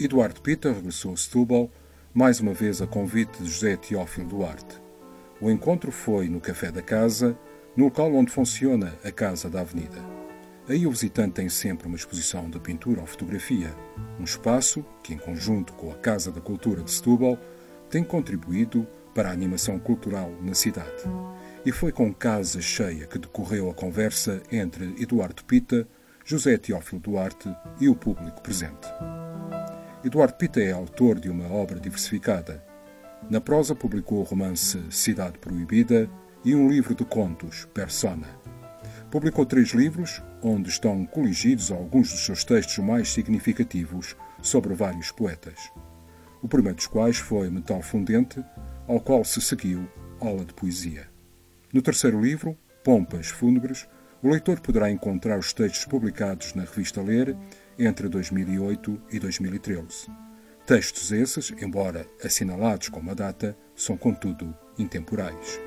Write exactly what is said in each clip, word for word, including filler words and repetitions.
Eduardo Pita regressou a Setúbal, mais uma vez a convite de José Teófilo Duarte. O encontro foi no Café da Casa, no local onde funciona a Casa da Avenida. Aí o visitante tem sempre uma exposição de pintura ou fotografia, um espaço que, em conjunto com a Casa da Cultura de Setúbal, tem contribuído para a animação cultural na cidade. E foi com casa cheia que decorreu a conversa entre Eduardo Pita, José Teófilo Duarte e o público presente. Eduardo Pita é autor de uma obra diversificada. Na prosa publicou o romance Cidade Proibida e um livro de contos, Persona. Publicou três livros, onde estão coligidos alguns dos seus textos mais significativos sobre vários poetas. O primeiro dos quais foi Metal Fundente, ao qual se seguiu Aula de Poesia. No terceiro livro, Pompas Fúnebres, o leitor poderá encontrar os textos publicados na revista Ler entre dois mil e oito e dois mil e treze. Textos esses, embora assinalados com uma data, são contudo intemporais.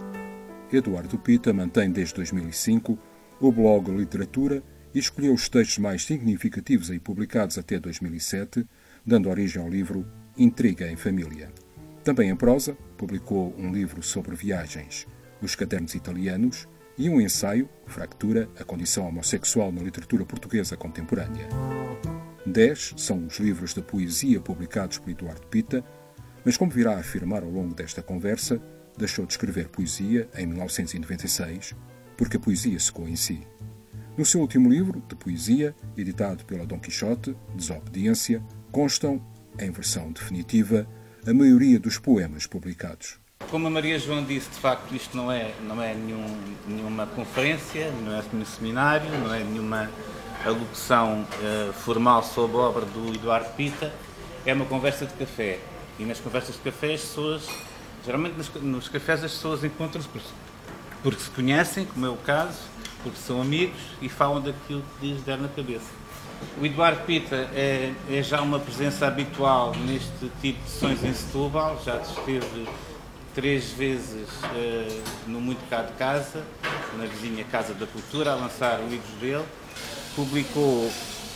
Eduardo Pita mantém desde dois mil e cinco o blog Literatura e escolheu os textos mais significativos aí publicados até dois mil e sete, dando origem ao livro Intriga em Família. Também em prosa, publicou um livro sobre viagens, Os Cadernos Italianos, e um ensaio, Fractura, a condição homossexual na literatura portuguesa contemporânea. Dez são os livros de poesia publicados por Eduardo Pita, mas como virá a afirmar ao longo desta conversa, deixou de escrever poesia em mil novecentos e noventa e seis, porque a poesia secou em si. No seu último livro, de poesia, editado pela Dom Quixote, Desobediência, constam, em versão definitiva, a maioria dos poemas publicados. Como a Maria João disse, de facto, isto não é, não é nenhum, nenhuma conferência, não é nenhum seminário, não é nenhuma alocução uh, formal sobre a obra do Eduardo Pita, é uma conversa de café. E nas conversas de café as pessoas, geralmente nos, nos cafés as pessoas encontram-se porque, porque se conhecem, como é o caso, porque são amigos e falam daquilo que lhes der na cabeça. O Eduardo Pita é, é já uma presença habitual neste tipo de sessões em Setúbal, já esteve três vezes uh, no Muito Cá de Casa, na vizinha Casa da Cultura, a lançar livros dele. Publicou, uh,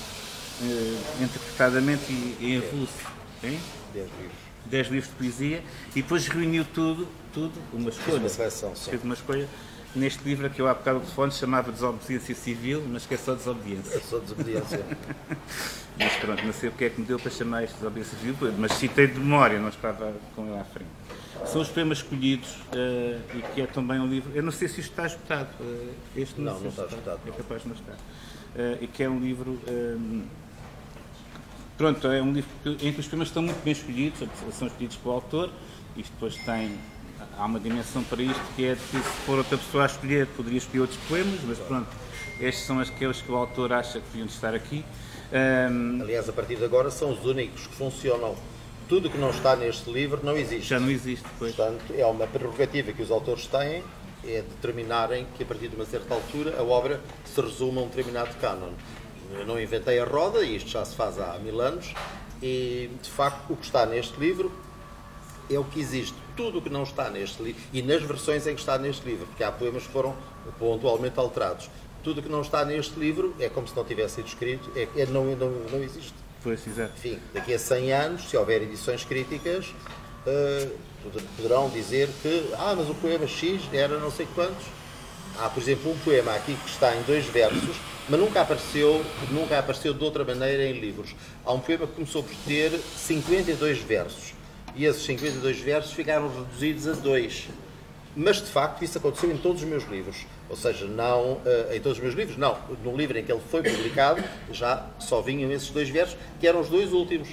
interpretadamente e em russo, hein? Dez livros. Dez livros de poesia, e depois reuniu tudo, tudo, uma escolha. Uma seleção só. Fez uma escolha neste livro que eu há bocado o telefone chamava Desobediência Civil, mas que é só desobediência. É só desobediência. Mas pronto, não sei o que é que me deu para chamar isto de Desobediência Civil, mas citei de memória, não estava com ele à frente. São os poemas escolhidos uh, e que é também um livro. Eu não sei se isto está esgotado. Uh, este não, não, não está esgotado. É capaz de não estar. Uh, e que é um livro. Um, pronto, é um livro que, em que os poemas estão muito bem escolhidos, são escolhidos pelo autor. Isto depois tem. Há uma dimensão para isto que é de que se for outra pessoa a escolher, poderia escolher outros poemas, mas pronto, estes são aqueles que o autor acha que deviam estar aqui. Um, Aliás, a partir de agora são os únicos que funcionam. Tudo que não está neste livro não existe. Já não existe, pois. Portanto, é uma prerrogativa que os autores têm, é determinarem que a partir de uma certa altura a obra se resume a um determinado cânon. Eu não inventei a roda, e isto já se faz há mil anos, e de facto o que está neste livro é o que existe. Tudo o que não está neste livro, e nas versões em que está neste livro, porque há poemas que foram pontualmente alterados. Tudo o que não está neste livro é como se não tivesse sido escrito, é, é, não, não, não existe. Pois, exato. Enfim, daqui a cem anos, se houver edições críticas, uh, poderão dizer que ah, mas o poema X era não sei quantos. Há, por exemplo, um poema aqui que está em dois versos, mas nunca apareceu, nunca apareceu de outra maneira em livros. Há um poema que começou por ter cinquenta e dois versos, e esses cinquenta e dois versos ficaram reduzidos a dois. Mas, de facto, isso aconteceu em todos os meus livros. Ou seja, não uh, em todos os meus livros, não. No livro em que ele foi publicado, já só vinham esses dois versos, que eram os dois últimos.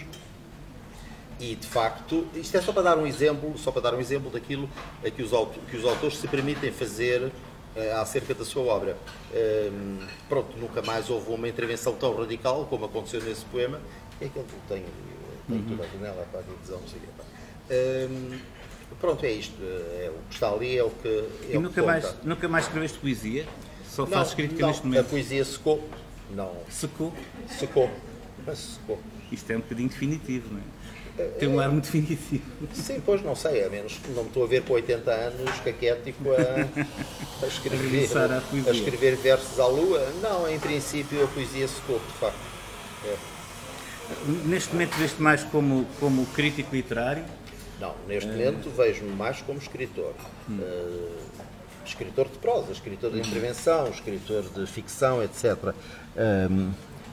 E, de facto, isto é só para dar um exemplo, só para dar um exemplo daquilo a que os, que os autores se permitem fazer uh, acerca da sua obra. Um, pronto, nunca mais houve uma intervenção tão radical como aconteceu nesse poema. É que ele tem, tem uhum. toda a janela para a divisão, não sei o quê. Um, Pronto, é isto. É, o que está ali é o que é E o nunca, que mais, nunca mais escreveste poesia? Só não, fazes crítica não, neste momento? a poesia secou. Não. Secou? Secou. Mas secou. Isto é um bocadinho definitivo, não é? Tem um ar muito definitivo. Sim, pois não sei, a menos que não me estou a ver com oitenta anos caquético a, a, escrever, a, a escrever versos à lua. Não, em princípio a poesia secou, de facto. É. Neste momento veste mais como, como crítico literário? Não, neste momento vejo-me mais como escritor. Hum. Uh, escritor de prosa, escritor de intervenção, escritor de ficção, etcétera. Um,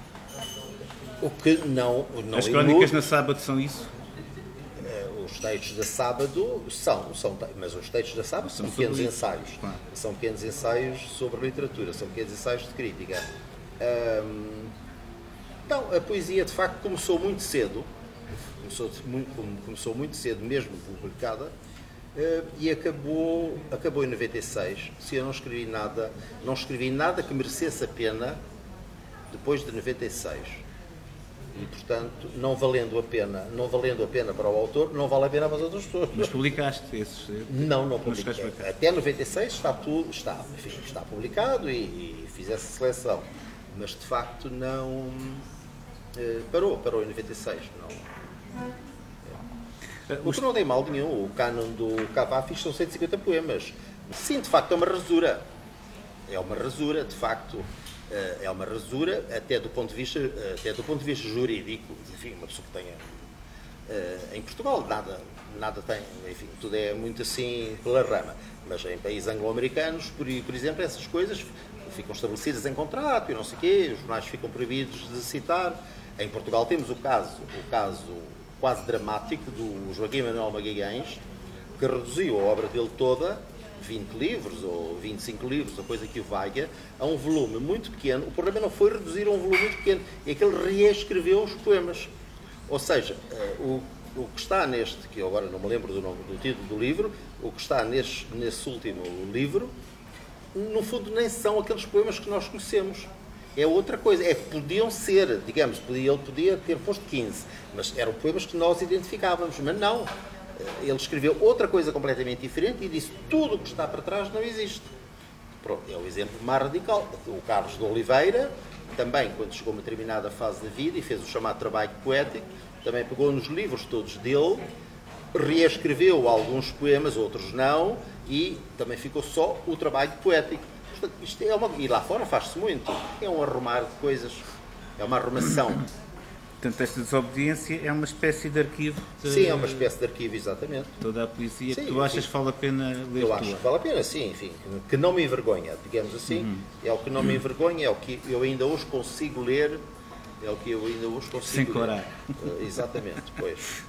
o que não... não As crónicas na Sábado são isso? Uh, os textos da Sábado são, são, mas os textos da Sábado são, são pequenos ensaios. Claro. São pequenos ensaios sobre literatura, são pequenos ensaios de crítica. Um, então, a poesia, de facto, começou muito cedo, começou muito, começou muito cedo, mesmo publicada, uh, e acabou, acabou em noventa e seis. Se eu não escrevi nada, não escrevi nada que merecesse a pena depois de noventa e seis. E, portanto, não valendo a pena, não valendo a pena para o autor, não vale a pena para as outras pessoas. Mas publicaste esses? Não, não publiquei. Até noventa e seis está tudo, está, enfim, está publicado e, e fiz essa seleção. Mas, de facto, não... Eh, parou, parou em noventa e seis. Não, é. O que não tem mal nenhum. O cânon do Cavafis são cento e cinquenta poemas. Sim, de facto, é uma rasura. É uma rasura, de facto. É uma rasura, até do ponto de vista, até do ponto de vista jurídico. Enfim, uma pessoa que tenha... Em Portugal, nada, nada tem... Enfim, tudo é muito assim pela rama. Mas em países anglo-americanos, por, por exemplo, essas coisas ficam estabelecidas em contrato e não sei o quê, os jornais ficam proibidos de citar. Em Portugal temos o caso, o caso quase dramático do Joaquim Manuel Magalhães, que reduziu a obra dele toda, vinte livros ou vinte e cinco livros, a coisa que o valha, a um volume muito pequeno. O problema não foi reduzir a um volume muito pequeno, é que ele reescreveu os poemas. Ou seja, o, o que está neste, que eu agora não me lembro do nome do título do livro, o que está nesse, nesse último livro, no fundo nem são aqueles poemas que nós conhecemos. É outra coisa, é que podiam ser, digamos, podia, ele podia ter posto quinze, mas eram poemas que nós identificávamos, mas não. Ele escreveu outra coisa completamente diferente e disse tudo o que está para trás não existe. Pronto, é o exemplo mais radical. O Carlos de Oliveira, também, quando chegou a uma determinada fase da vida e fez o chamado trabalho poético, também pegou nos livros todos dele, reescreveu alguns poemas, outros não, e também ficou só o trabalho poético. Portanto, isto é uma... E lá fora faz-se muito. É um arrumar de coisas, é uma arrumação. Portanto, esta desobediência é uma espécie de arquivo. De... Sim, é uma espécie de arquivo, exatamente. Toda a poesia. Sim, tu achas sim. que vale a pena ler? Eu acho que vale a pena, sim, enfim. Que não me envergonha, digamos assim. Uhum. É o que não me envergonha, é o que eu ainda hoje consigo ler. É o que eu ainda hoje consigo Sem ler. corar. Uh, exatamente, pois.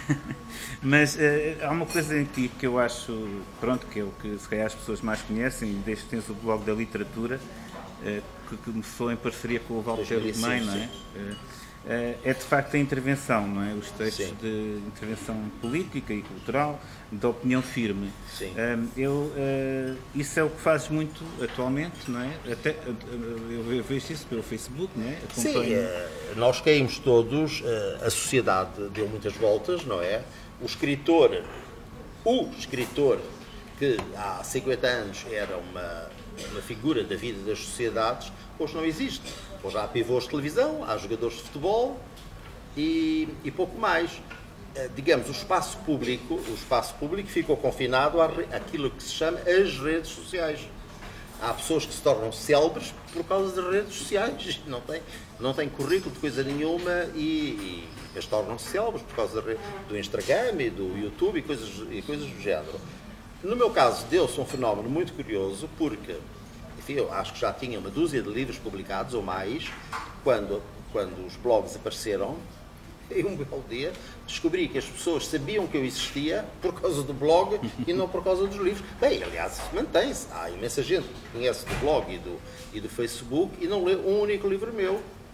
Mas uh, há uma coisa em ti que eu acho, pronto, que é o que se calhar as pessoas mais conhecem, desde que tens o blog da literatura, uh, que começou em parceria com o Walter Lemay, não é? Uh, uh, é de facto a intervenção, não é? Os textos sim. de intervenção política e cultural, de opinião firme. Sim. Uh, eu, uh, isso é o que fazes muito atualmente, não é? Até, uh, eu vejo isso pelo Facebook, não é? Acompanho... Sim, uh, nós caímos todos, uh, a sociedade deu muitas voltas, não é? O escritor, o escritor que há cinquenta anos era uma, uma figura da vida das sociedades, hoje não existe. Hoje há pivôs de televisão, há jogadores de futebol e, e pouco mais. Digamos, o espaço público, o espaço público ficou confinado àquilo que se chama as redes sociais. Há pessoas que se tornam célebres por causa das redes sociais, não tem, não tem currículo de coisa nenhuma e, e eles tornam-se célebres por causa do Instagram e do YouTube e coisas, e coisas do género. No meu caso, deu-se um fenómeno muito curioso porque, enfim, eu acho que já tinha uma dúzia de livros publicados ou mais quando, quando os blogs apareceram. E um belo dia descobri que as pessoas sabiam que eu existia por causa do blog e não por causa dos livros. Bem, aliás, mantém-se. Há imensa gente que conhece do blog e do, e do Facebook e não lê um único livro meu.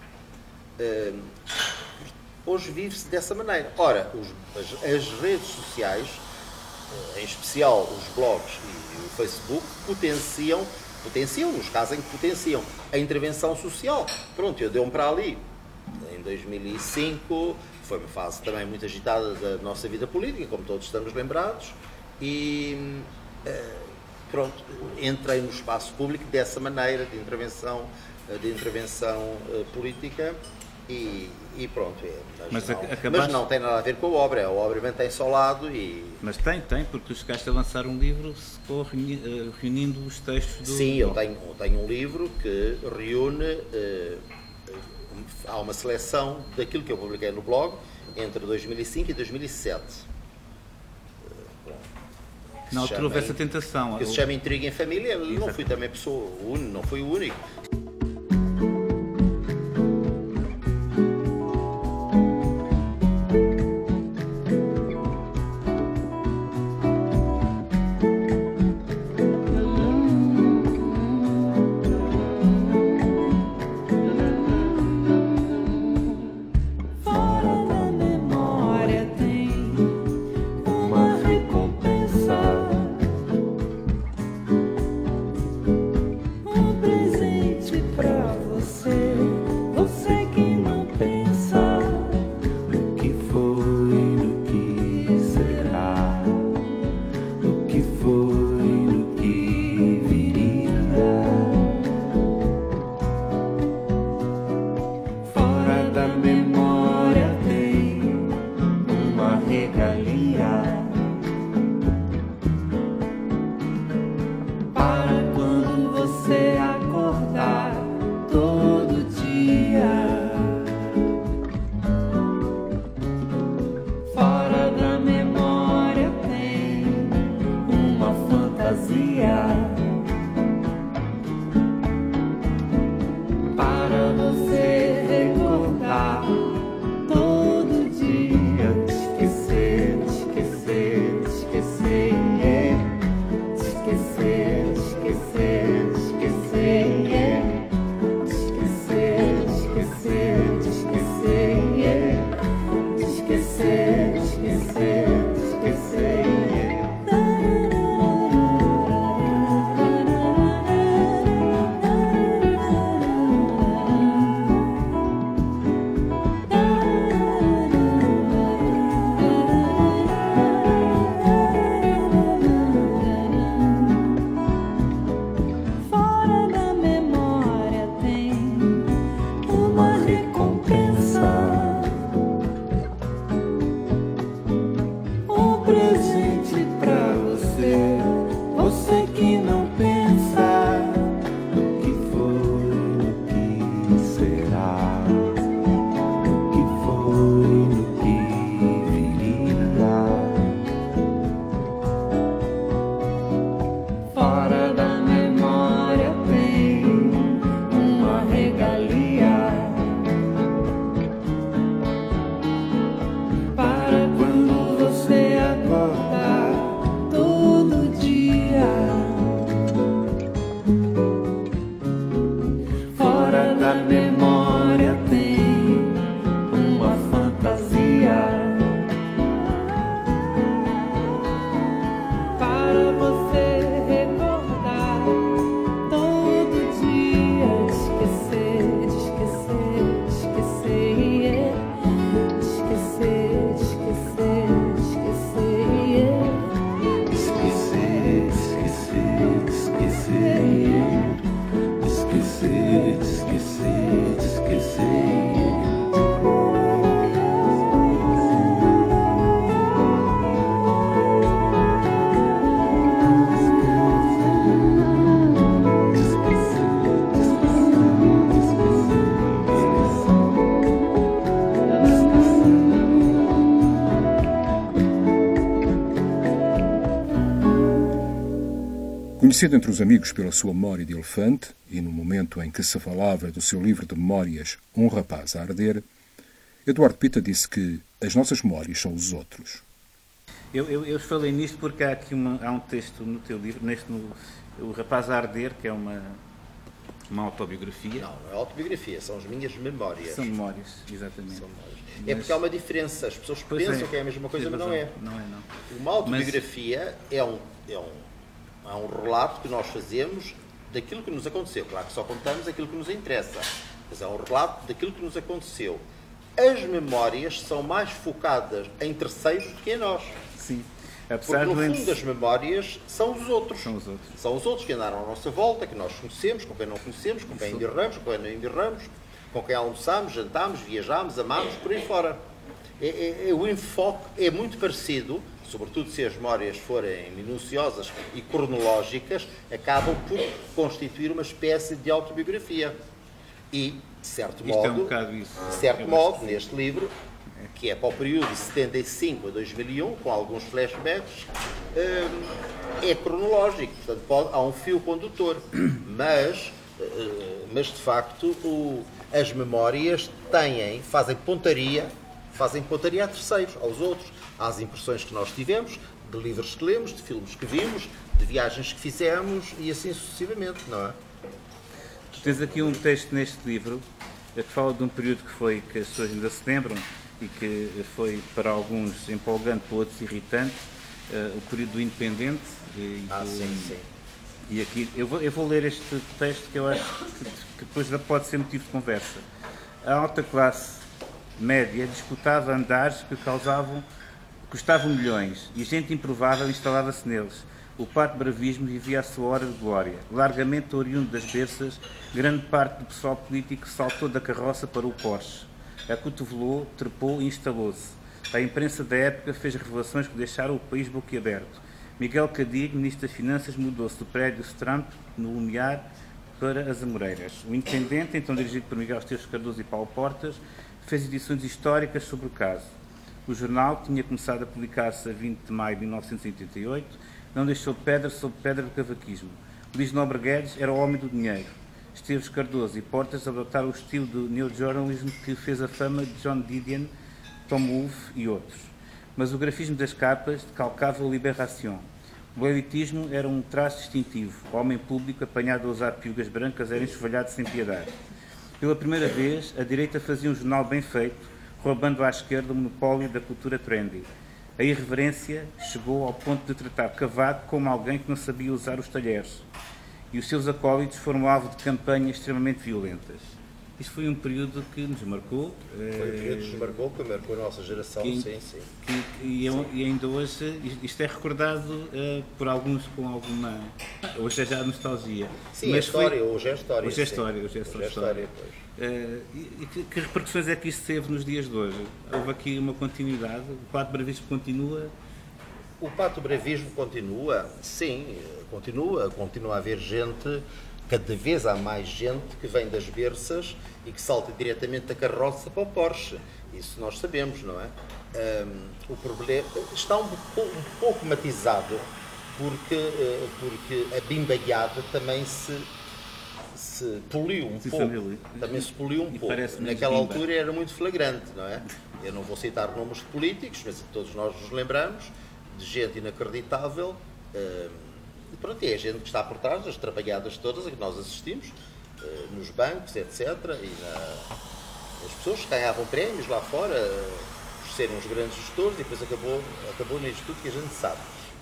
Uh, hoje vive-se dessa maneira. Ora, os, as, as redes sociais, uh, em especial os blogs e o Facebook, potenciam, potenciam, nos casos em que potenciam, a intervenção social. Pronto, eu dei-me para ali. Em dois mil e cinco foi uma fase também muito agitada da nossa vida política, como todos estamos lembrados, e pronto, entrei no espaço público dessa maneira de intervenção, de intervenção política e, e pronto. Mas, mas, não, acabaste... mas não tem nada a ver com a obra, a obra mantém-se ao lado e... Mas tem, tem, porque tu chegaste a lançar um livro reunindo os textos do... Sim, eu tenho, eu tenho um livro que reúne... Uh, há uma seleção daquilo que eu publiquei no blog entre dois mil e cinco e dois mil e sete. Na altura houve essa tentação. Que se chama Intriga em Família. Eu não fui também pessoa, não fui o único. Conhecido entre os amigos pela sua memória de elefante, e no momento em que se falava do seu livro de memórias Um Rapaz a Arder, Eduardo Pita disse que as nossas memórias são os outros. Eu, eu, eu falei nisto porque há aqui uma, há um texto no teu livro, neste no, O Rapaz a Arder, que é uma, uma autobiografia. Não, não é autobiografia, são as minhas memórias. São memórias, exatamente. São memórias. Mas... É porque há uma diferença, as pessoas pensam é, que é a mesma coisa, mas não é. Não é, não. Uma autobiografia mas... é, um, é, um, é um relato que nós fazemos daquilo que nos aconteceu. Claro que só contamos aquilo que nos interessa, mas é um relato daquilo que nos aconteceu. As memórias são mais focadas em terceiros do que em nós. Sim. Apesar Porque, no do fundo, as memórias são os outros. São os outros. São os outros que andaram à nossa volta, que nós conhecemos, com quem não conhecemos, com quem embirramos, com quem não embirramos, com quem almoçamos, jantámos, viajámos, amámos, por aí fora. É, é, é, o enfoque é muito parecido, sobretudo se as memórias forem minuciosas e cronológicas, acabam por constituir uma espécie de autobiografia. E de certo Isto modo, é um bocado isso. de certo Eu modo, acho. neste livro, que é para o período de setenta e cinco a dois mil e um, com alguns flashbacks, é cronológico, portanto pode, há um fio condutor, mas, mas de facto o, as memórias têm, fazem pontaria, fazem pontaria a terceiros, aos outros, às impressões que nós tivemos, de livros que lemos, de filmes que vimos, de viagens que fizemos e assim sucessivamente, não é? Tu tens aqui um texto neste livro que fala de um período que foi, que as pessoas ainda se lembram, e que foi para alguns empolgante, para outros irritante, uh, o período do Independente. E ah, do, sim, sim. E aqui, eu vou, eu vou ler este texto que eu acho que, que depois pode ser motivo de conversa. A alta classe média disputava andares que causavam, custavam milhões, e gente improvável instalava-se neles. O pato bravismo vivia a sua hora de glória. Largamente oriundo das berças, grande parte do pessoal político saltou da carroça para o Porsche. Acotovelou, trepou e instalou-se. A imprensa da época fez revelações que deixaram o país boquiaberto. Miguel Cadilho, Ministro das Finanças, mudou-se do prédio Trump, no Lumiar, para as Amoreiras. O Independente, então dirigido por Miguel Esteves Cardoso e Paulo Portas, fez edições históricas sobre o caso. O jornal, que tinha começado a publicar-se a vinte de maio de mil novecentos e oitenta e oito, não deixou pedra sobre pedra do cavaquismo. Luís Nobre Guedes era o homem do dinheiro. Esteves Cardoso e Portas adotaram o estilo do neojornalismo que fez a fama de John Didion, Tom Wolfe e outros. Mas o grafismo das capas decalcava a liberação. O elitismo era um traço distintivo. O homem público, apanhado a usar piugas brancas, era enxovalhado sem piedade. Pela primeira vez, a direita fazia um jornal bem feito, roubando à esquerda o monopólio da cultura trendy. A irreverência chegou ao ponto de tratar Cavaco como alguém que não sabia usar os talheres. E os seus acólitos foram alvo de campanhas extremamente violentas. Isto foi um período que nos marcou. Foi um período que nos marcou, que marcou a nossa geração, que, sim, sim. Que, e, e ainda hoje, isto é recordado uh, por alguns com alguma... Hoje é já nostalgia. Sim, mas é história, foi, hoje é história. Hoje é história, hoje é só hoje é história. história uh, e e que, que repercussões é que isto teve nos dias de hoje? Houve aqui uma continuidade? O Pato Bravismo continua? O Pato Bravismo continua, sim, continua, continua a haver gente, cada vez há mais gente que vem das berças e que salta diretamente da carroça para o Porsche. Isso nós sabemos, não é? Um, o problema está um, um pouco matizado porque, uh, porque a bimbaiada também se, se poliu um se pouco. Família. Também se poliu um e pouco. Naquela bimba. altura era muito flagrante, não é? Eu não vou citar nomes de políticos, mas todos nós nos lembramos de gente inacreditável. Uh, e pronto, é a gente que está por trás das trabalhadas todas a que nós assistimos, uh, nos bancos, etcétera. E na, as pessoas que ganhavam prémios lá fora uh, por serem os grandes gestores, e depois acabou, acabou nisto tudo que a gente sabe.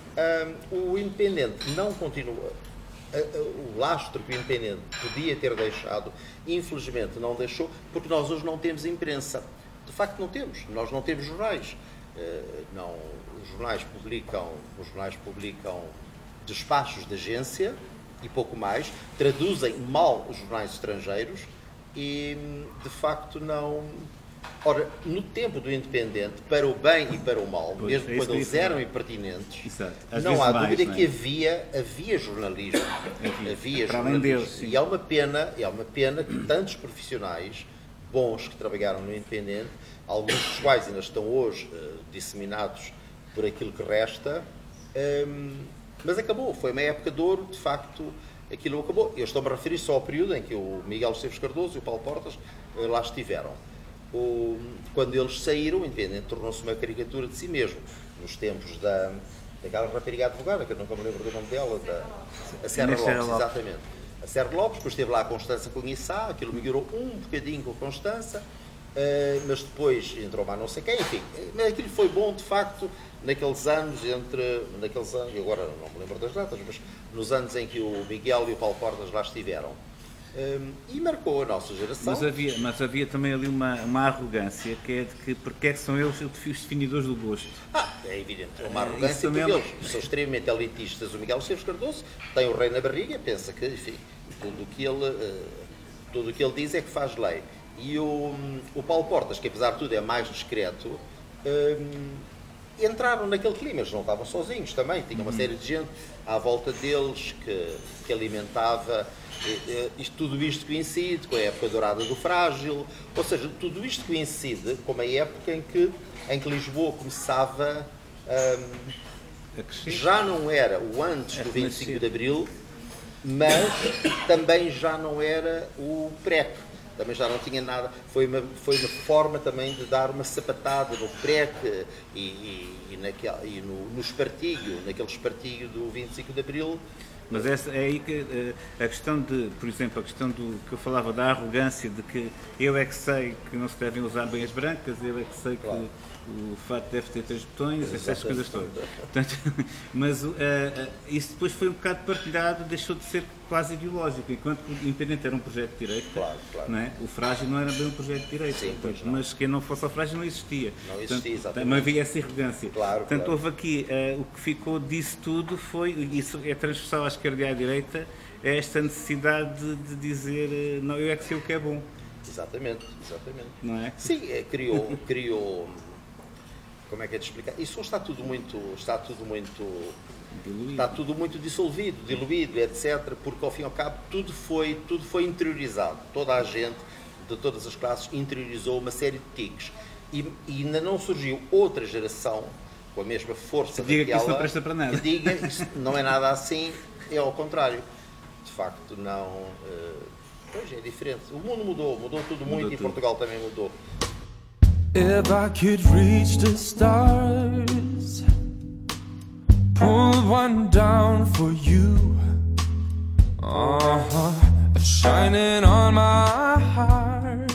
Uh, o Independente não continua. Uh, uh, o lastro que o Independente podia ter deixado, infelizmente não deixou, porque nós hoje não temos imprensa. De facto não temos. Nós não temos jornais. Uh, não, os jornais publicam, os jornais publicam despachos de agência e pouco mais, traduzem mal os jornais estrangeiros e, de facto, não... Ora, no tempo do Independente, para o bem e para o mal, pois, mesmo é quando eles eram falar. impertinentes, não há mais, dúvida não é? que havia, havia jornalismo. Havia, havia para além jornalismo. deles, sim. E é uma pena, é uma pena que tantos profissionais bons que trabalharam no Independente, alguns dos quais ainda estão hoje uh, disseminados por aquilo que resta, um, mas acabou, foi uma época de ouro, de facto, aquilo acabou. Eu estou-me a referir só ao período em que o Miguel Esteves Cardoso e o Paulo Portas uh, lá estiveram. O, quando eles saíram, o Independente tornou-se uma caricatura de si mesmo, nos tempos da, daquela rapariga advogada, que eu nunca me lembro do nome dela, da, a Serra Lopes, exatamente. A Serra Lopes, depois esteve lá a Constança Conhissá, aquilo melhorou um bocadinho com a Constança, uh, mas depois entrou lá não sei quem, enfim, mas aquilo foi bom, de facto, naqueles anos, entre, naqueles anos, agora não me lembro das datas, mas nos anos em que o Miguel e o Paulo Portas lá estiveram. Um, e marcou a nossa geração. Mas havia, mas havia também ali uma, uma arrogância, que é de que porque é que são eles os definidores do gosto. Ah, é evidente, é uma arrogância, Isso porque mesmo. eles são extremamente elitistas. O Miguel Esteves Cardoso tem o rei na barriga, pensa que, enfim, tudo o que ele, uh, tudo o que ele diz é que faz lei. E o, o Paulo Portas, que apesar de tudo é mais discreto, um, entraram naquele clima, eles não estavam sozinhos também, tinha uma série de gente à volta deles que, que alimentava, isto, tudo isto coincide com a época dourada do Frágil, ou seja, tudo isto coincide com uma época em que, em que Lisboa começava, hum, já não era o antes do vinte e cinco de Abril, mas também já não era o pré. Também já não tinha nada, foi uma, foi uma forma também de dar uma sapatada no pré e, e, e, naquele, e no, no espartilho, naquele espartilho do vinte e cinco de Abril. Mas essa, é aí que a questão de, por exemplo, a questão do que eu falava da arrogância, de que eu é que sei que não se devem usar bem as brancas, eu é que sei claro. que o fato deve ter três botões, essas coisas todas. Portanto, mas uh, uh, isso depois foi um bocado partilhado, deixou de ser quase ideológico, enquanto que o Independente era um projeto de direita, claro, claro. Não é? O Frágil não era bem um projeto de direita, Sim, portanto, mas quem não fosse ao Frágil não existia. Não existia, exatamente. Não havia essa arrogância. Claro, portanto, claro. houve aqui, uh, o que ficou disso tudo foi, isso é transversal à esquerda e à direita, é esta necessidade de, de dizer, uh, não, eu é que sei o que é bom. Exatamente, exatamente. Não é? Sim, é, criou, criou, como é que é de explicar? Isso está tudo muito, está tudo muito, diluído. Está tudo muito dissolvido, diluído, etcétera, porque ao fim e ao cabo tudo foi, tudo foi interiorizado. Toda a gente, de todas as classes, interiorizou uma série de tiques. E, e ainda não surgiu outra geração com a mesma força que diga daquela, que isso não presta para nada. Que diga isso não é nada assim, é ao contrário. De facto, não... Uh, Pois é diferente. O mundo mudou, mudou tudo muito mudou e tudo. Portugal também mudou. If I could reach the stars, pull one down for you, uh-huh, shining on my heart,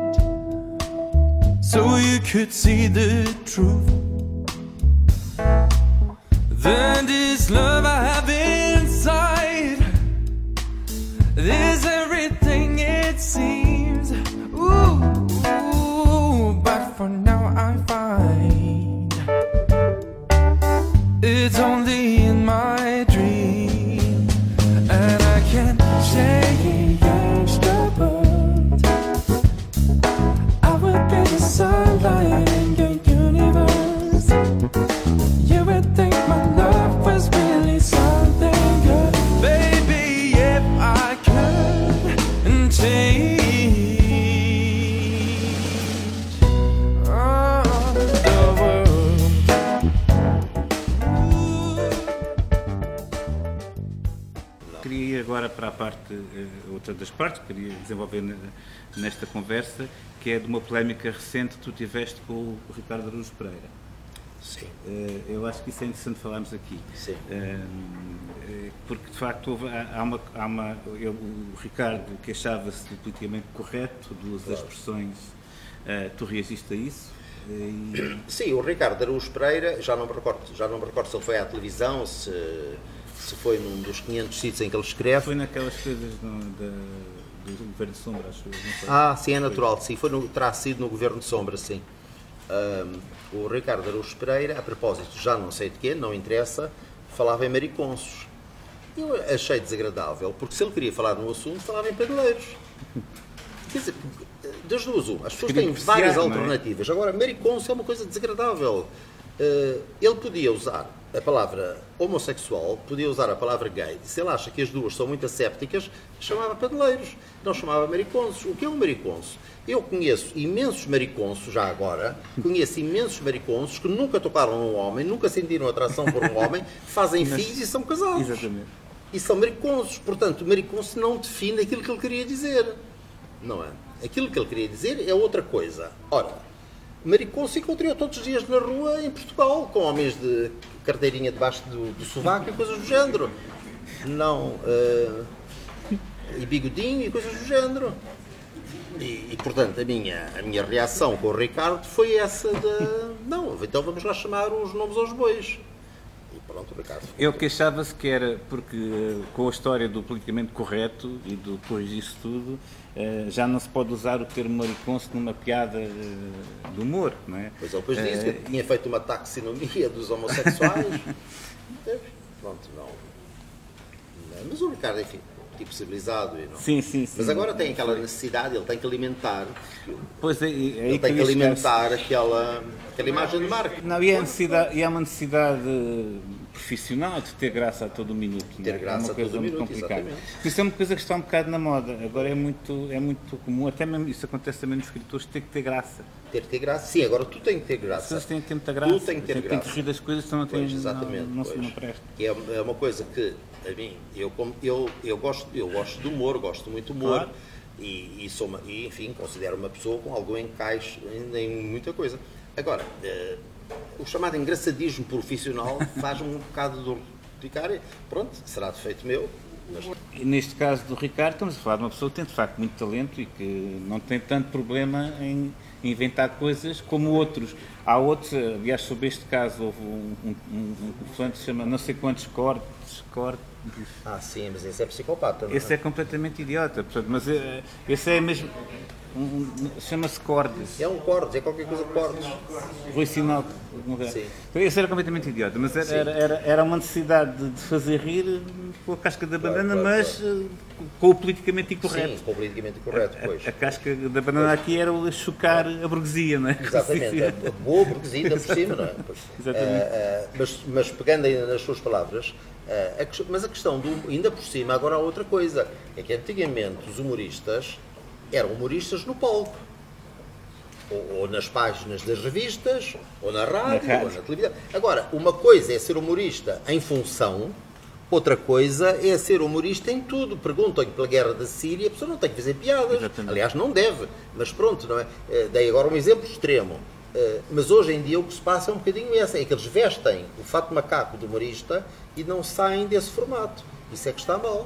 so you could see the truth. Then this love I have inside, this everything it seems. Ooh, ooh, but for now I find it's only in my dream, and I can't change the world. I would be the sunlight in your universe. You would think my love was really something good, baby, if I could change oh, the world. Queria ir agora para a parte, outra das partes que queria desenvolver nesta conversa, que é de uma polémica recente que tu tiveste com o Ricardo Araújo Pereira. Sim. Eu acho que isso é interessante falarmos aqui. Sim. Porque, de facto, houve, há uma... Há uma eu, o Ricardo queixava-se do politicamente correto, do uso das expressões. Tu reagiste a isso? E... Sim, o Ricardo Araújo Pereira, já não me recordo, já não me recordo se ele foi à televisão, se, se foi num dos quinhentos sítios em que ele escreve. Foi naquelas coisas no, da, do Governo de Sombra, acho eu. Não sei. Ah, sim, é natural, sim. Foi no, terá sido no Governo de Sombra, sim. Um, o Ricardo Araújo Pereira, a propósito, já não sei de quê, não interessa, falava em mariconsos. Eu achei desagradável, porque se ele queria falar no assunto, falava em paneleiros. Quer dizer, das duas uma, as pessoas têm várias alternativas. Agora, mariconso é uma coisa desagradável. Uh, ele podia usar a palavra homossexual, podia usar a palavra gay. Se ele acha que as duas são muito assépticas, chamava paneleiros, não chamava mariconsos. O que é um mariconso? Eu conheço imensos mariconsos, já agora, conheço imensos mariconsos que nunca tocaram num homem, nunca sentiram atração por um homem, fazem Mas, filhos e são casados. Exatamente. E são mariconsos. Portanto, o mariconso não define aquilo que ele queria dizer. Não é? Aquilo que ele queria dizer é outra coisa. Ora, mariconso encontrei-o todos os dias na rua em Portugal, com homens de carteirinha debaixo do, do sovaco e coisas do género. Não... Uh, e bigodinho e coisas do género. E, e, portanto, a minha, a minha reação com o Ricardo foi essa de... Não, então vamos lá chamar os nomes aos bois. E pronto, o Ricardo... Ele queixava-se que era porque, com a história do politicamente correto e do corrigir-se tudo, já não se pode usar o termo mariconso numa piada de humor, não é? Pois ele depois disse que tinha feito uma taxonomia dos homossexuais. Pronto, não... Mas o Ricardo, enfim... tipo civilizado. E não. Sim, sim, sim. Mas agora tem aquela necessidade, ele tem que alimentar, Pois é, é aí ele tem que eu disse alimentar aquela, aquela imagem de marca. Não, e, é necessidade, e há uma necessidade profissional de ter graça a todo minuto. Ter não é? graça é uma a coisa todo muito minuto, complicada. exatamente. Isso é uma coisa que está um bocado na moda. Agora é muito, é muito comum, até mesmo isso acontece também nos escritores, ter que ter graça. Ter que ter graça. Sim, agora tu tens que ter As graça. pessoas têm que ter muita graça. Tu tens que ter têm graça. que correr das coisas, senão não, têm, Pois, exatamente, não, não, se pois. não presta. Que é, é uma coisa que, a mim, eu, como- eu, eu, gosto, eu gosto de humor, gosto muito de humor, Claro. e, e, sou uma, e, enfim, considero uma pessoa com algum encaixe em, em muita coisa. Agora, eh, o chamado engraçadismo profissional faz-me um bocado de ficar, pronto, será defeito meu, mas E neste caso do Ricardo, estamos a falar de uma pessoa que tem de facto muito talento e que não tem tanto problema em inventar coisas como outros. Há outros, aliás, sobre este caso, houve um, um, um, um fulano que se chama não sei quantos cortes, cortes. ah, sim, mas esse é psicopata, não é? Esse é completamente idiota, portanto, mas eh, esse é mesmo. Um, um, chama-se Cordes. É um cortes, é qualquer coisa de cortes. Rui Sinal. Sim. Esse era completamente idiota, mas era, era, era, era uma necessidade de, de fazer rir com a casca da Claro, banana, claro, mas eh, com o politicamente incorreto. Sim, com o politicamente correto, pois. A, a casca da banana aqui era o chocar a burguesia, não é? Exatamente, a boa burguesia ainda por cima, não é? Pois. Exatamente. Ah, ah, mas, mas pegando ainda nas suas palavras, ah, a questão- mas a questão do, ainda por cima, agora há outra coisa, é que antigamente os humoristas eram humoristas no palco, ou, ou nas páginas das revistas, ou na rádio, Na rádio. ou na televisão. Agora, uma coisa é ser humorista em função, outra coisa é ser humorista em tudo. Perguntam-lhe pela guerra da Síria, a pessoa não tem que fazer piadas. Exatamente. Aliás, não deve, mas pronto, não é? Eh, Dei agora um exemplo extremo. Eh, Mas hoje em dia o que se passa é um bocadinho esse, é que eles vestem o fato de macaco de humorista e não saem desse formato. Isso é que está mal.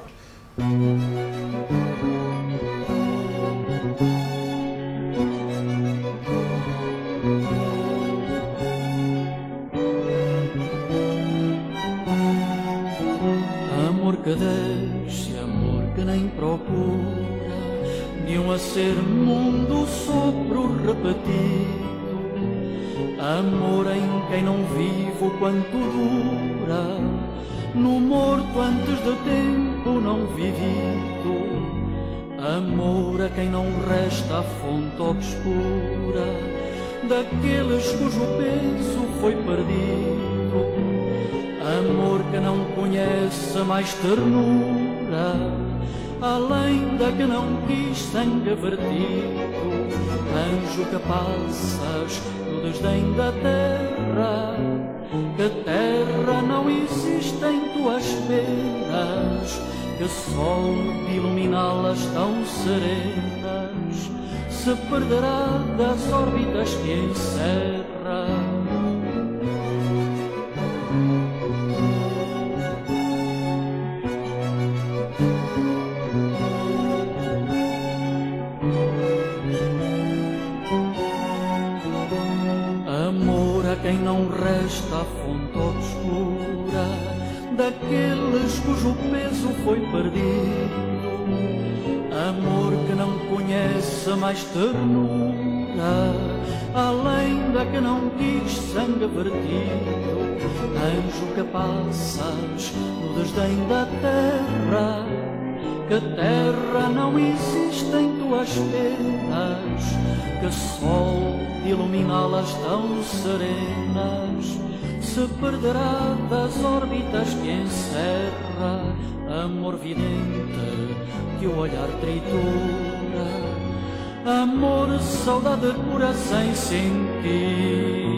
Amor que deixa, amor que nem procura, de um a ser mundo sopro repetido. Amor em quem não vivo quanto dura, no morto antes de tempo não vivido. Amor a quem não resta a fonte obscura, daqueles cujo peso foi perdido. Amor que não conhece mais ternura, além da que não quis sangue vertido. Anjo que passas no desdém da terra, que terra não existe em tuas penas, que sol de iluminá-las tão serenas se perderá das órbitas que encerra. Amor a quem não resta a fonte obscura, daqueles cujo peso foi perdido. Amor que não conhece mais ternura, além da que não quis sangue vertido. Anjo que passas no desdém da terra, que terra não existe em tuas penas, que sol de iluminá-las tão serenas se perderá das órbitas que encerra. Amor vidente que o olhar tritura, amor, saudade pura sem sentido.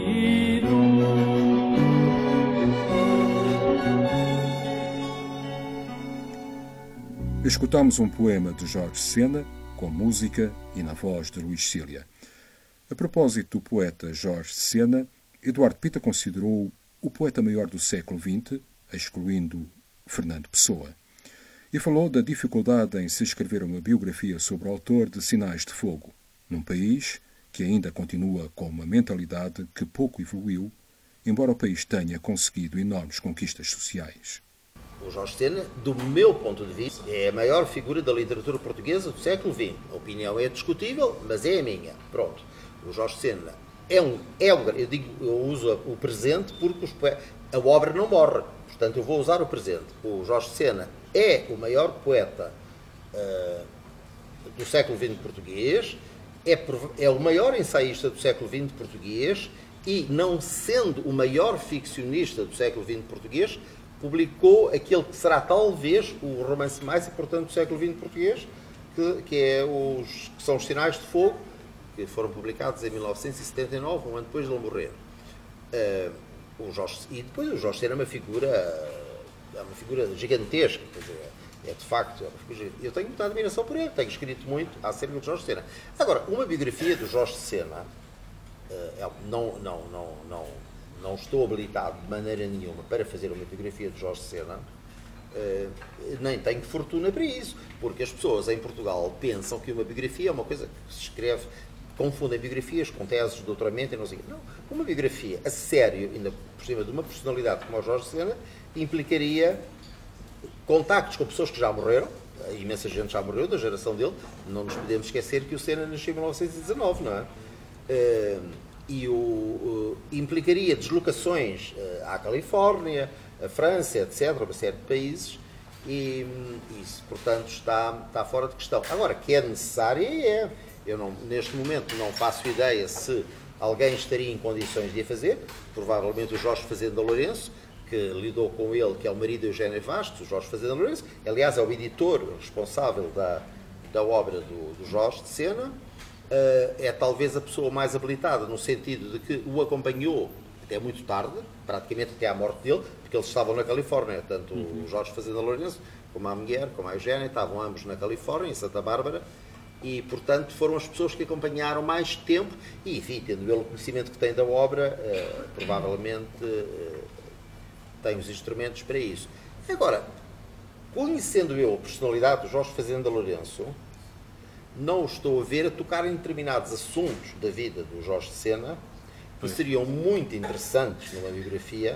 Escutamos um poema de Jorge Sena, com música e na voz de Luís Cília. A propósito do poeta Jorge Sena, Eduardo Pita considerou-o o poeta maior do século vinte, excluindo Fernando Pessoa, e falou da dificuldade em se escrever uma biografia sobre o autor de Sinais de Fogo, num país que ainda continua com uma mentalidade que pouco evoluiu, embora o país tenha conseguido enormes conquistas sociais. O Jorge Sena, do meu ponto de vista, é a maior figura da literatura portuguesa do século vinte. A opinião é discutível, mas é a minha. Pronto. O Jorge Sena é um... É um eu, digo, eu uso o presente porque os poetas, a obra não morre. portanto eu vou usar o presente. O Jorge Sena é o maior poeta uh, do século vinte português, é, é o maior ensaísta do século vinte português e, não sendo o maior ficcionista do século vinte português, publicou aquele que será talvez o romance mais importante do século vinte português, que, que, é os, que são os Sinais de Fogo, que foram publicados em mil novecentos e setenta e nove, um ano depois de ele morrer. Uh, o Jorge, e depois o Jorge Sena é uma figura, é uma figura gigantesca, quer dizer, é de facto, é uma figura, eu tenho muita admiração por ele, tenho escrito muito acerca de Jorge Sena. Agora, uma biografia do Jorge Sena, uh, não, não, não, não, não estou habilitado de maneira nenhuma para fazer uma biografia de Jorge Sena, uh, nem tenho fortuna para isso, porque as pessoas em Portugal pensam que uma biografia é uma coisa que se escreve, confundem biografias com teses de doutoramento e não sei o quê. Não, uma biografia a sério, ainda por cima de uma personalidade como o Jorge Sena, implicaria contactos com pessoas que já morreram, a imensa gente já morreu da geração dele, não nos podemos esquecer que o Sena nasceu em mil novecentos e dezanove, não é? Uh, e o, uh, implicaria deslocações uh, à Califórnia, à França, etcétera, uma série de países, e isso, portanto, está, está fora de questão. Agora, que é necessária, é. Eu, não, neste momento, não faço ideia se alguém estaria em condições de a fazer, provavelmente o Jorge Fazenda Lourenço, que lidou com ele, que é o marido de Eugénia Bastos, o Jorge Fazenda Lourenço, aliás, é o editor responsável da, da obra do, do Jorge de Sena, uh, é talvez a pessoa mais habilitada, no sentido de que o acompanhou até muito tarde, praticamente até à morte dele, porque eles estavam na Califórnia, tanto uhum. o Jorge Fazenda Lourenço, como a mulher, como a Eugénia, estavam ambos na Califórnia, em Santa Bárbara, e, portanto, foram as pessoas que acompanharam mais tempo, e, enfim, tendo ele o conhecimento que tem da obra, uh, provavelmente uh, tem os instrumentos para isso. Agora, conhecendo eu a personalidade do Jorge Fazenda Lourenço, não o estou a ver a tocar em determinados assuntos da vida do Jorge Sena, que seriam muito interessantes numa biografia,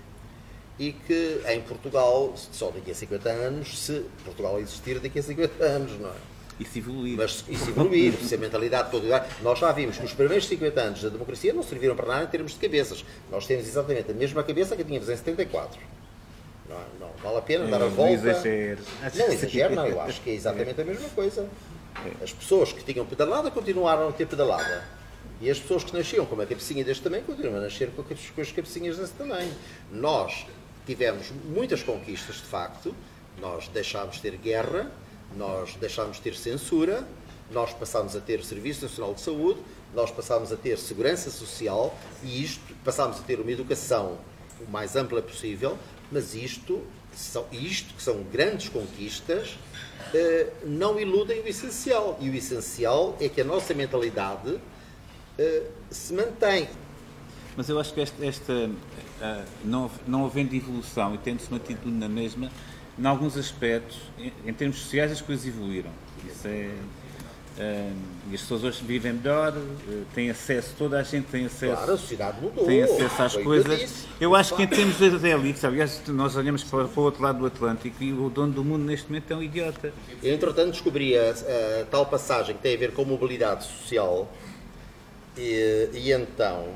e que em Portugal, só daqui a cinquenta anos, se Portugal existir daqui a cinquenta anos, não é? E se evoluir. Mas, e se evoluir, se a mentalidade toda. Nós já vimos que os primeiros cinquenta anos da democracia não serviram para nada em termos de cabeças. Nós temos exatamente a mesma cabeça que tínhamos em setenta e quatro. Não, não vale a pena dar a volta. Não exagero. Não exagero, não. Eu acho que é exatamente a mesma coisa. As pessoas que tinham pedalada continuaram a ter pedalada. E as pessoas que nasciam com uma cabecinha deste tamanho continuam a nascer com as cabecinhas desse tamanho. Nós tivemos muitas conquistas, de facto. Nós deixámos de ter guerra. Nós deixámos de ter censura, nós passámos a ter Serviço Nacional de Saúde, nós passámos a ter segurança social e isto, passámos a ter uma educação o mais ampla possível, mas isto, são, isto que são grandes conquistas, eh, não iludem o essencial. E o essencial é que a nossa mentalidade eh, se mantém. Mas eu acho que esta, esta uh, não, não havendo evolução e tendo-se mantido na mesma, em alguns aspectos, em, em termos sociais, as coisas evoluíram. Isso é, uh, e as pessoas hoje vivem melhor, uh, têm acesso, toda a gente tem acesso, claro, a sociedade mudou, tem acesso às coisas. Eu acho que em termos das elites, aliás, nós olhamos para, para o outro lado do Atlântico e o dono do mundo neste momento é um idiota. Eu, entretanto, descobri a, a tal passagem que tem a ver com mobilidade social e, e então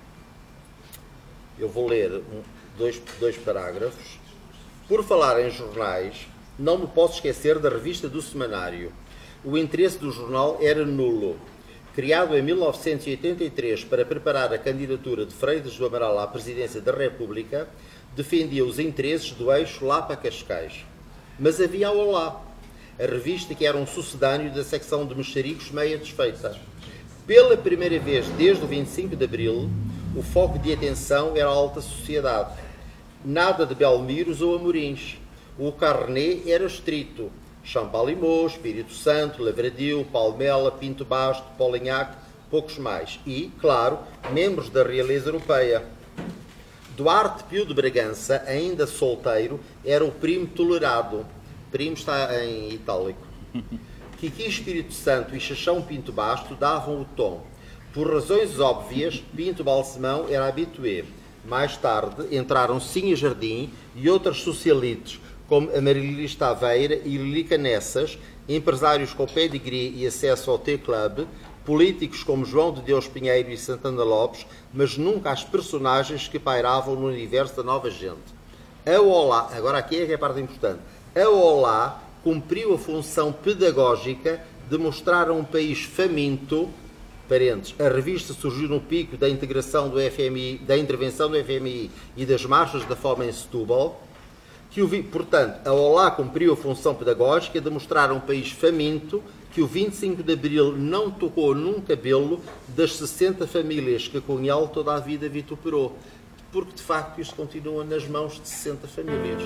eu vou ler um, dois, dois parágrafos. Por falar em jornais, não me posso esquecer da revista do Semanário. O interesse do jornal era nulo. Criado em mil novecentos e oitenta e três para preparar a candidatura de Freitas do Amaral à presidência da República, defendia os interesses do eixo Lapa-Cascais. Mas havia a Olá, a revista que era um sucedâneo da secção de mexericos meia desfeita. Pela primeira vez desde o vinte e cinco de Abril, o foco de atenção era a alta sociedade. Nada de Belmiros ou Amorins. O carnet era estrito. Champalimau, Espírito Santo, Lavradio, Palmela, Pinto Basto, Polignac, poucos mais. E, claro, membros da realeza europeia. Duarte Pio de Bragança, ainda solteiro, era o primo tolerado. Primo está em itálico. Kiki Espírito Santo e Chachão Pinto Basto davam o tom. Por razões óbvias, Pinto Balsemão era habitué. Mais tarde entraram Sinha Jardim e outras socialites, como Amarelista Aveira e Lilica Nessas, empresários com pedigree e acesso ao T-Club, políticos como João de Deus Pinheiro e Santana Lopes, mas nunca as personagens que pairavam no universo da nova gente. A Olá, agora aqui é que é a parte importante, a Olá cumpriu a função pedagógica de mostrar a um país faminto, parentes, a revista surgiu no pico da integração do F M I, da intervenção do F M I e das marchas da fome em Setúbal, que o, portanto, a Olá cumpriu a função pedagógica de mostrar a um país faminto que o vinte e cinco de Abril não tocou num cabelo das sessenta famílias que com ele toda a vida vituperou. Porque, de facto, isto continua nas mãos de sessenta famílias.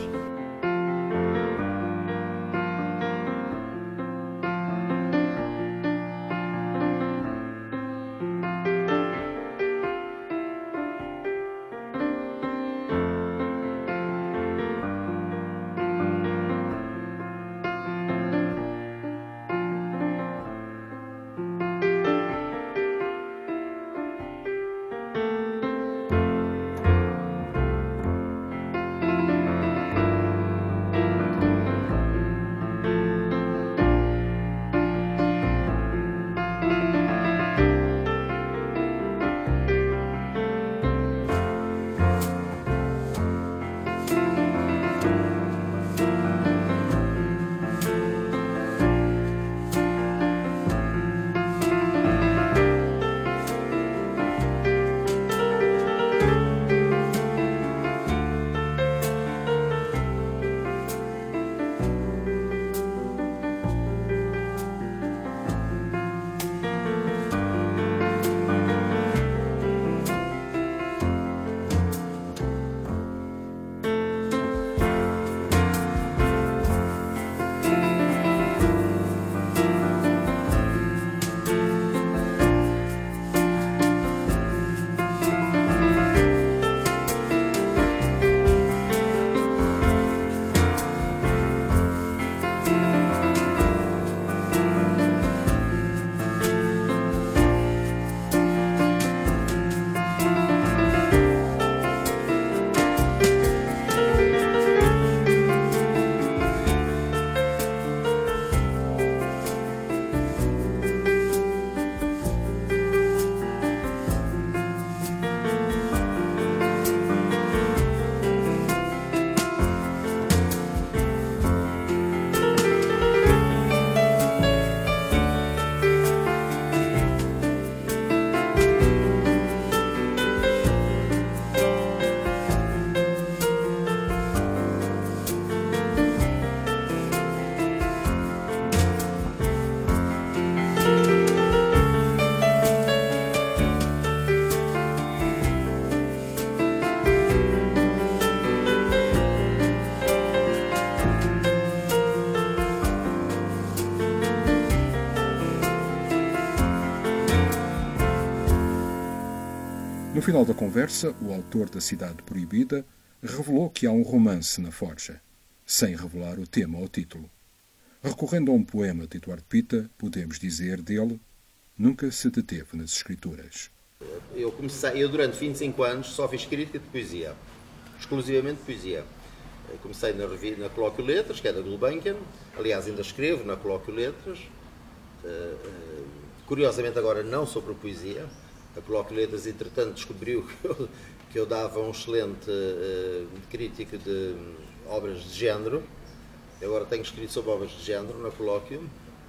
No final da conversa, o autor da Cidade Proibida revelou que há um romance na Forja, sem revelar o tema ou título. Recorrendo a um poema de Eduardo Pita, podemos dizer dele: nunca se deteve nas escrituras. Eu comecei, eu durante vinte e cinco anos só fiz crítica de poesia, exclusivamente poesia. Eu comecei na, revista, na Colóquio Letras, que é da Gulbenkian, aliás ainda escrevo na Colóquio Letras, uh, uh, curiosamente agora não sobre poesia. A Colóquio Letras, entretanto, descobriu que eu, que eu dava um excelente uh, crítico de um, obras de género. Eu agora tenho escrito sobre obras de género na Colóquio.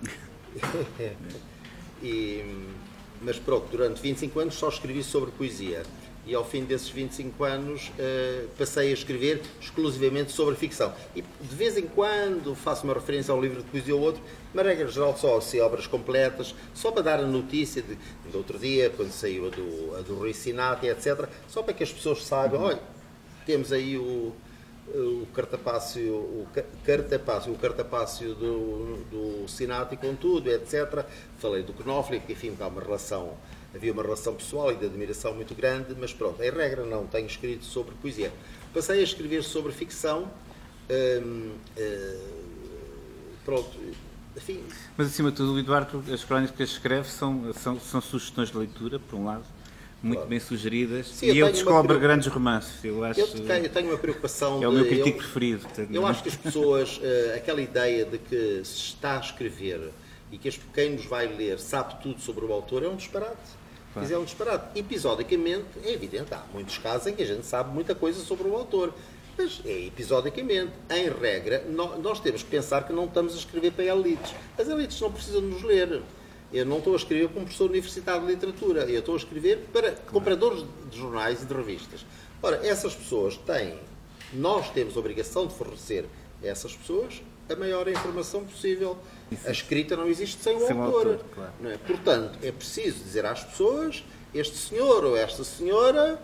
e, mas pronto, durante vinte e cinco anos só escrevi sobre poesia. E ao fim desses vinte e cinco anos uh, passei a escrever exclusivamente sobre ficção. E de vez em quando faço uma referência a um livro de poesia ou outro, mas regra geral só assim, obras completas, só para dar a notícia de, de outro dia, quando saiu a do, a do Rui Sinati, etcétera, só para que as pessoas saibam, olha, temos aí o, o cartapácio, o cartapácio, o cartapácio do, do Sinati com tudo, etcétera. Falei do Knopfler, que enfim, há uma relação... Havia uma relação pessoal e de admiração muito grande, mas pronto, em regra não tenho escrito sobre poesia. Passei a escrever sobre ficção, hum, hum, pronto, enfim... Mas acima de tudo, o Eduardo, as crónicas que escreve são, são, são sugestões de leitura, por um lado, muito claro. Bem sugeridas, Sim, e ele descobre grandes romances. Eu, acho, eu, tenho, eu tenho uma preocupação... É o meu de, crítico eu, preferido. Eu acho que as pessoas, aquela ideia de que se está a escrever e que quem nos vai ler sabe tudo sobre o autor é um disparate. Claro. Mas é um disparate. Episodicamente, é evidente, há muitos casos em que a gente sabe muita coisa sobre o autor. Mas é episodicamente. Em regra, no- nós temos que pensar que não estamos a escrever para elites. As elites não precisam de nos ler. Eu não estou a escrever como professor universitário de literatura. Eu estou a escrever para compradores de jornais e de revistas. Ora, essas pessoas têm... Nós temos a obrigação de fornecer a essas pessoas a maior informação possível. A escrita não existe sem o Sem o autor. autor, claro. Não é? Portanto, é preciso dizer às pessoas: este senhor ou esta senhora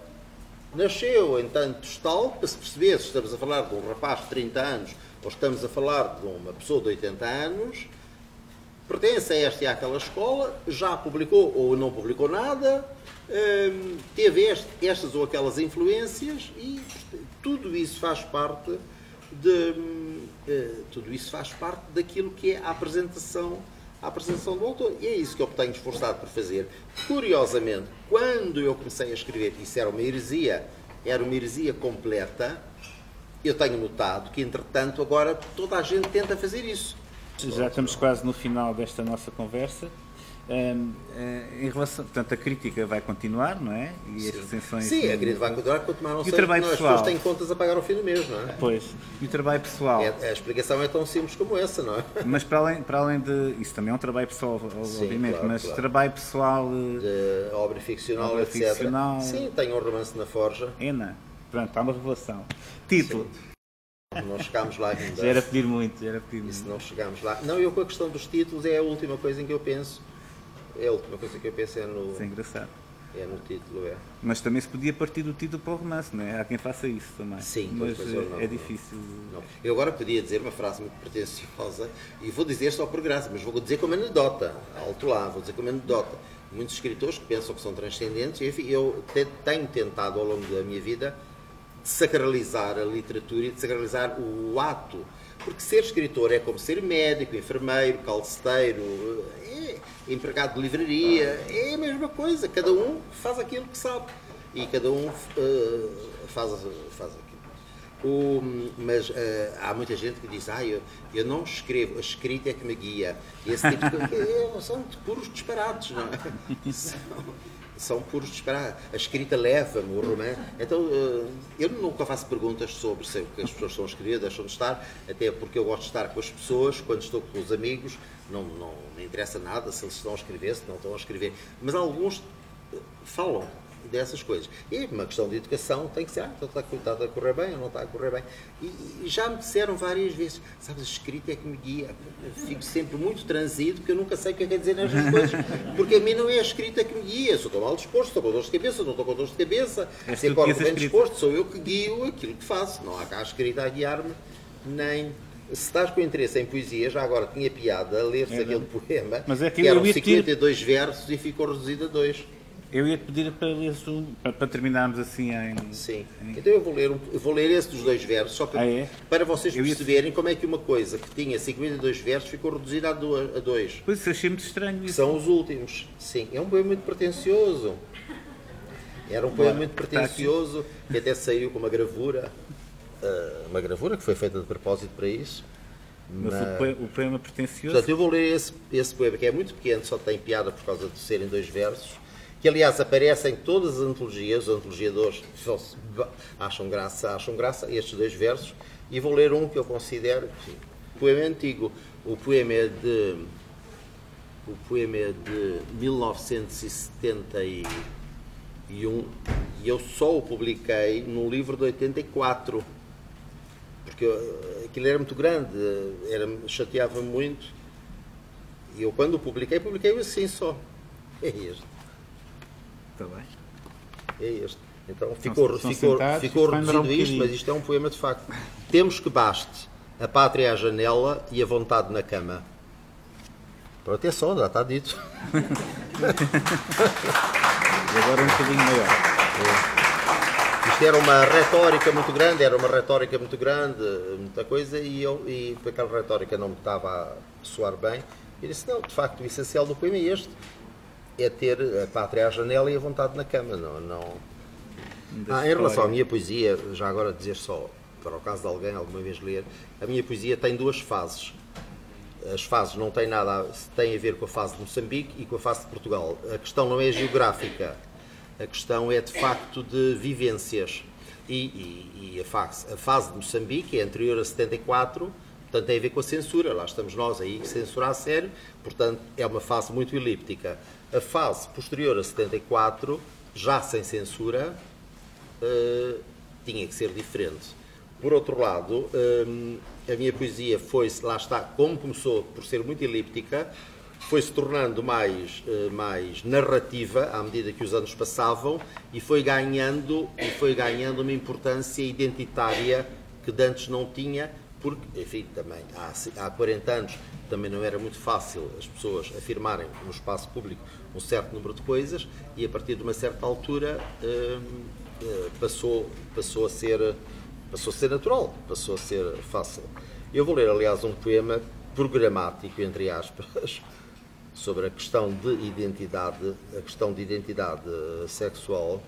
nasceu em tantos tal, para se perceber se estamos a falar de um rapaz de trinta anos ou estamos a falar de uma pessoa de oitenta anos, pertence a esta e àquela escola, já publicou ou não publicou nada, hum, teve este, estas ou aquelas influências, e tudo isso faz parte de hum, eh, tudo isso faz parte daquilo que é a apresentação, a apresentação do autor. E é isso que eu tenho esforçado por fazer. Curiosamente, quando eu comecei a escrever, isso era uma heresia, era uma heresia completa, eu tenho notado que, entretanto, agora toda a gente tenta fazer isso. Já estamos quase no final desta nossa conversa. Hum, eh, em relação, portanto, a crítica vai continuar, não é? E as recensões. Sim, a crítica vai continuar, quanto mais não E o sei, trabalho não, as pessoal? pessoas têm contas a pagar ao fim do mês, não é? Pois. E o trabalho pessoal? É- a explicação é tão simples como essa, não é? Mas para além, para além de. Isso também é um trabalho pessoal, obviamente, claro, mas claro. trabalho pessoal. eh, De obra ficcional, Obra etcétera. ficcional. Sim, tenho um romance na Forja. Ena. Pronto, está uma revelação. Título. Não chegámos lá ainda. Já era pedir muito, já era pedir Isso muito. não chegámos lá. Não, eu com a questão dos títulos é a última coisa em que eu penso. É a última coisa que eu penso é no, Isso é engraçado. é no título, é. Mas também se podia partir do título para o romance, não é? Há quem faça isso também. Sim, mas pois, pois, eu eh, não, é não. difícil. Não. Eu agora podia dizer uma frase muito pretenciosa, e vou dizer só por graça, mas vou dizer como anedota, alto lá, vou dizer como anedota. Muitos escritores que pensam que são transcendentes, enfim, eu te- tenho tentado ao longo da minha vida sacralizar a literatura e de sacralizar o ato. Porque ser escritor é como ser médico, enfermeiro, calceteiro, é empregado de livraria, é a mesma coisa. Cada um faz aquilo que sabe e cada um uh, faz, faz aquilo. O, mas uh, há muita gente que diz: ah, eu, eu não escrevo, a escrita é que me guia. E esse tipo de coisa são puros disparates, não é? São, são puros disparates. A escrita leva-me, o romance. Então, uh, eu nunca faço perguntas sobre se o que as pessoas estão a escrever, deixam de estar, até porque eu gosto de estar com as pessoas, quando estou com os amigos, não, não me interessa nada se eles estão a escrever, se não estão a escrever. Mas alguns uh, falam dessas coisas. E uma questão de educação tem que ser: ah, então está, está a correr bem ou não está a correr bem. E, e já me disseram várias vezes: sabes, a escrita é que me guia. Eu fico sempre muito transido, porque eu nunca sei o que é que é dizer nestas coisas, porque a mim não é a escrita que me guia. Se eu estou mal disposto, estou com dores de cabeça, não estou com dores de cabeça, És se tu que acordo guias a bem escrita. disposto, sou eu que guio aquilo que faço. Não há cá a escrita a guiar-me, nem... Se estás com interesse em poesia, já agora tinha piada a ler-se É aquele verdade. poema, Mas é que que eu eram ia pedir- cinquenta e dois versos e ficou reduzido a dois. Eu ia te pedir para leres um, para, para terminarmos assim em. Sim. em- Então eu vou ler, um- eu vou ler esse dos dois versos, só para, Ah, é? para vocês Eu ia- perceberem como é que uma coisa que tinha cinquenta e dois versos ficou reduzida a do- a dois. Pois eu achei muito estranho Que isso. são os últimos. Sim, é um poema muito pretencioso. Era um poema Bora, muito pretencioso, que até saiu com uma gravura. ah, uma gravura que foi feita de propósito para isso. Mas Mas- o, poema, o poema pretencioso. Portanto, eu vou ler esse, esse poema, que é muito pequeno, só tem piada por causa de serem dois versos, que aliás aparece em todas as antologias, os antologiadores acham graça, acham graça, estes dois versos, e vou ler um que eu considero, enfim, o poema é antigo. O poema é de, o poema é de mil novecentos e setenta e um, e eu só o publiquei no livro de oitenta e quatro. Porque eu, aquilo era muito grande, era, chateava-me muito. E eu, quando o publiquei, publiquei assim só. É este, Está bem. é este. Então ficou, estão ficou, sentados, ficou vai demorar um reduzido isto, bocadinho. mas isto é um poema de facto. Temos que baste a pátria à janela e a vontade na cama. Pronto, é só, já está dito. E agora um bocadinho maior. Isto era uma retórica muito grande, era uma retórica muito grande, muita coisa, e, eu, e aquela retórica não me estava a soar bem. E disse: não, de facto, o essencial do poema é este, é ter a pátria à janela e a vontade na cama. Não, não... Ah, em relação à minha poesia, já agora dizer só, para o caso de alguém alguma vez ler, a minha poesia tem duas fases. As fases não têm nada a, têm a ver com a fase de Moçambique e com a fase de Portugal. A questão não é geográfica. A questão é, de facto, de vivências. e, e, e a, fase, a fase de Moçambique é anterior a setenta e quatro, portanto tem a ver com a censura, lá estamos nós aí censurar a sério, portanto é uma fase muito elíptica. A fase posterior a setenta e quatro, já sem censura, uh, tinha que ser diferente. Por outro lado, um, a minha poesia foi-se, lá está, como começou por ser muito elíptica, foi-se tornando mais, uh, mais narrativa à medida que os anos passavam e foi ganhando, e foi ganhando uma importância identitária que de antes não tinha, porque, enfim, também há, há quarenta anos também não era muito fácil as pessoas afirmarem no espaço público um certo número de coisas e a partir de uma certa altura uh, uh, passou, passou a ser... Passou a ser natural, passou a ser fácil. Eu vou ler, aliás, um poema programático, entre aspas, sobre a questão de identidade, a questão de identidade sexual.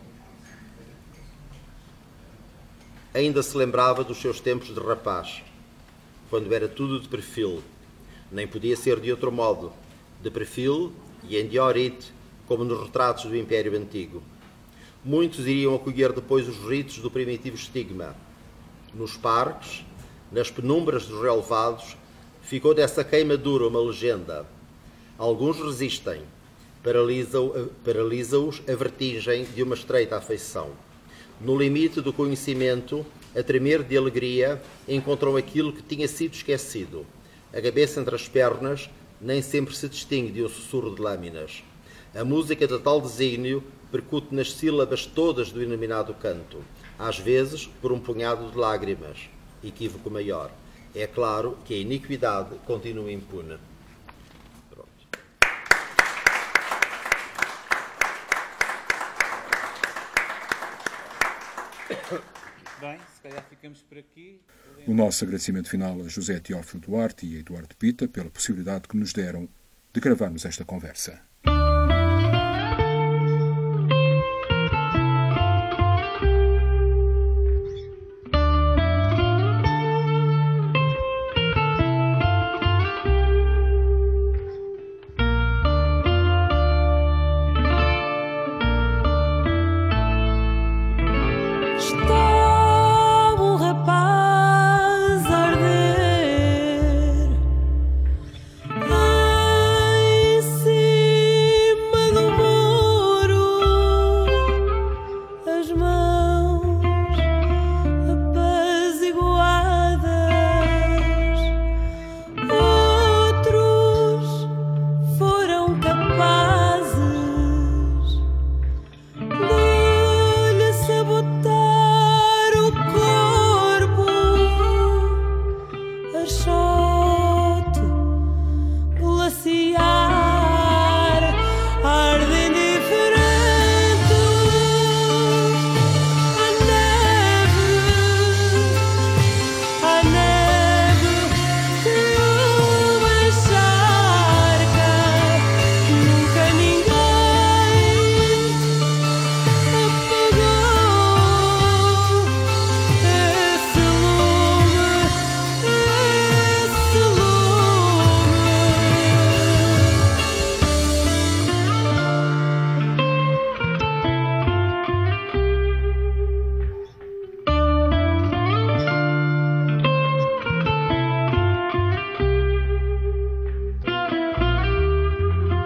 Ainda se lembrava dos seus tempos de rapaz, quando era tudo de perfil, nem podia ser de outro modo, de perfil e em diorite, como nos retratos do Império Antigo. Muitos iriam acolher depois os ritos do primitivo estigma. Nos parques, nas penumbras dos relevados, ficou dessa queimadura uma legenda. Alguns resistem, paralisa-os paralisa a vertigem de uma estreita afeição. No limite do conhecimento, a tremer de alegria, encontram aquilo que tinha sido esquecido. A cabeça entre as pernas nem sempre se distingue de um sussurro de lâminas. A música de tal desígnio percute nas sílabas todas do iluminado canto, às vezes por um punhado de lágrimas, equívoco maior. É claro que a iniquidade continua impune. Pronto. Bem, se calhar ficamos por aqui. O nosso agradecimento final a José Teófilo Duarte e a Eduardo Pita pela possibilidade que nos deram de gravarmos esta conversa.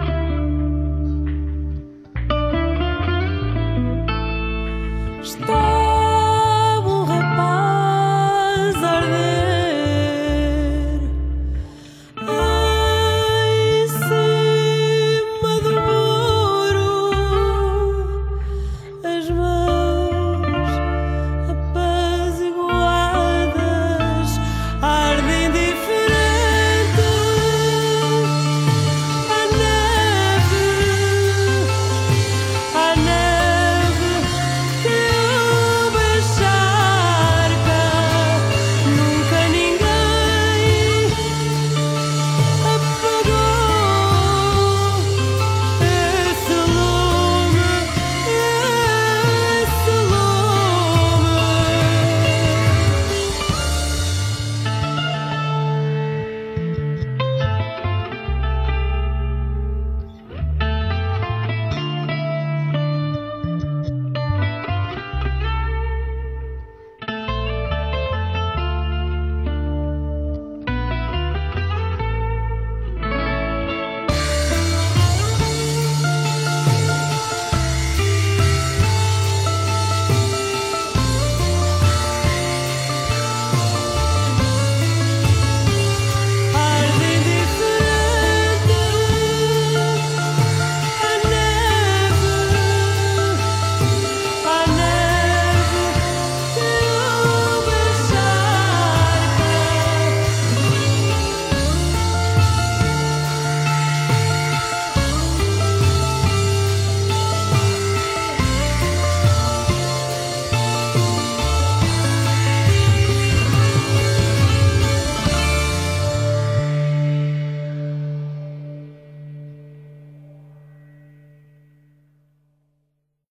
Stop.